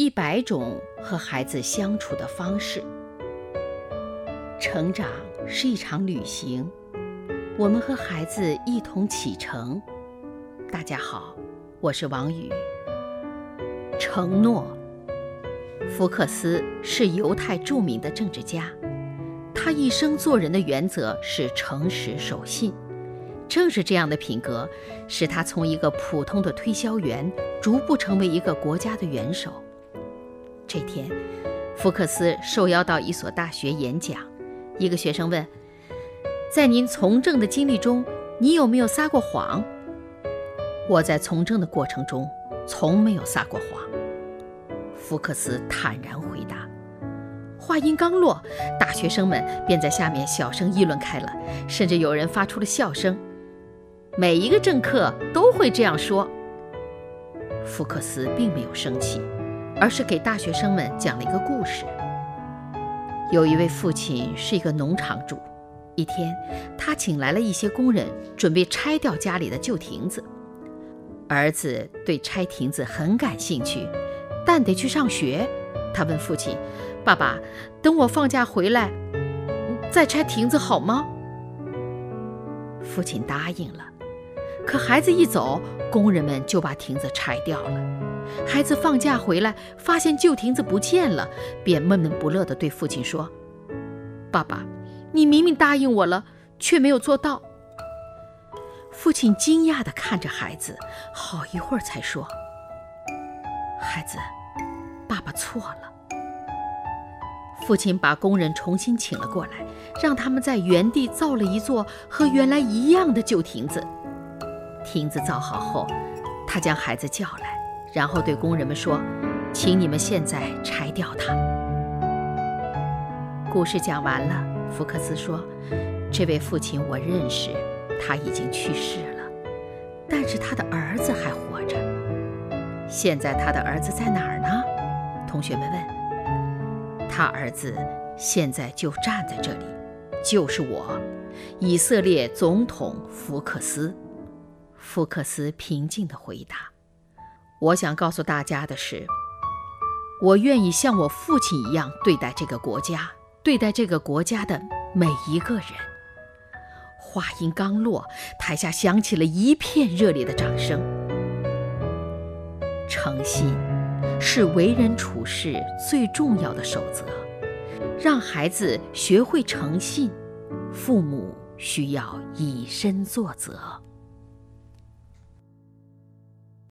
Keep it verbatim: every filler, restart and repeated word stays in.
一百种和孩子相处的方式。成长是一场旅行，我们和孩子一同启程。大家好，我是王宇。承诺。福克斯是犹太著名的政治家，他一生做人的原则是诚实守信。正是这样的品格，使他从一个普通的推销员逐步成为一个国家的元首。这天，福克斯受邀到一所大学演讲，一个学生问：在您从政的经历中，你有没有撒过谎？我在从政的过程中从没有撒过谎。福克斯坦然回答。话音刚落，大学生们便在下面小声议论开了，甚至有人发出了笑声。每一个政客都会这样说。福克斯并没有生气，而是给大学生们讲了一个故事。有一位父亲是一个农场主，一天他请来了一些工人，准备拆掉家里的旧亭子。儿子对拆亭子很感兴趣，但得去上学。他问父亲：爸爸，等我放假回来再拆亭子好吗？父亲答应了。可孩子一走，工人们就把亭子拆掉了。孩子放假回来，发现旧亭子不见了，便闷闷不乐地对父亲说：爸爸，你明明答应我了，却没有做到。父亲惊讶地看着孩子，好一会儿才说：孩子，爸爸错了。父亲把工人重新请了过来，让他们在原地造了一座和原来一样的旧亭子。亭子造好后，他将孩子叫来，然后对工人们说：请你们现在拆掉它。故事讲完了，福克斯说：这位父亲我认识，他已经去世了，但是他的儿子还活着。现在他的儿子在哪儿呢？同学们问。他儿子现在就站在这里，就是我，以色列总统福克斯。福克斯平静地回答：我想告诉大家的是，我愿意像我父亲一样对待这个国家，对待这个国家的每一个人。话音刚落，台下响起了一片热烈的掌声。诚信是为人处事最重要的守则，让孩子学会诚信，父母需要以身作则。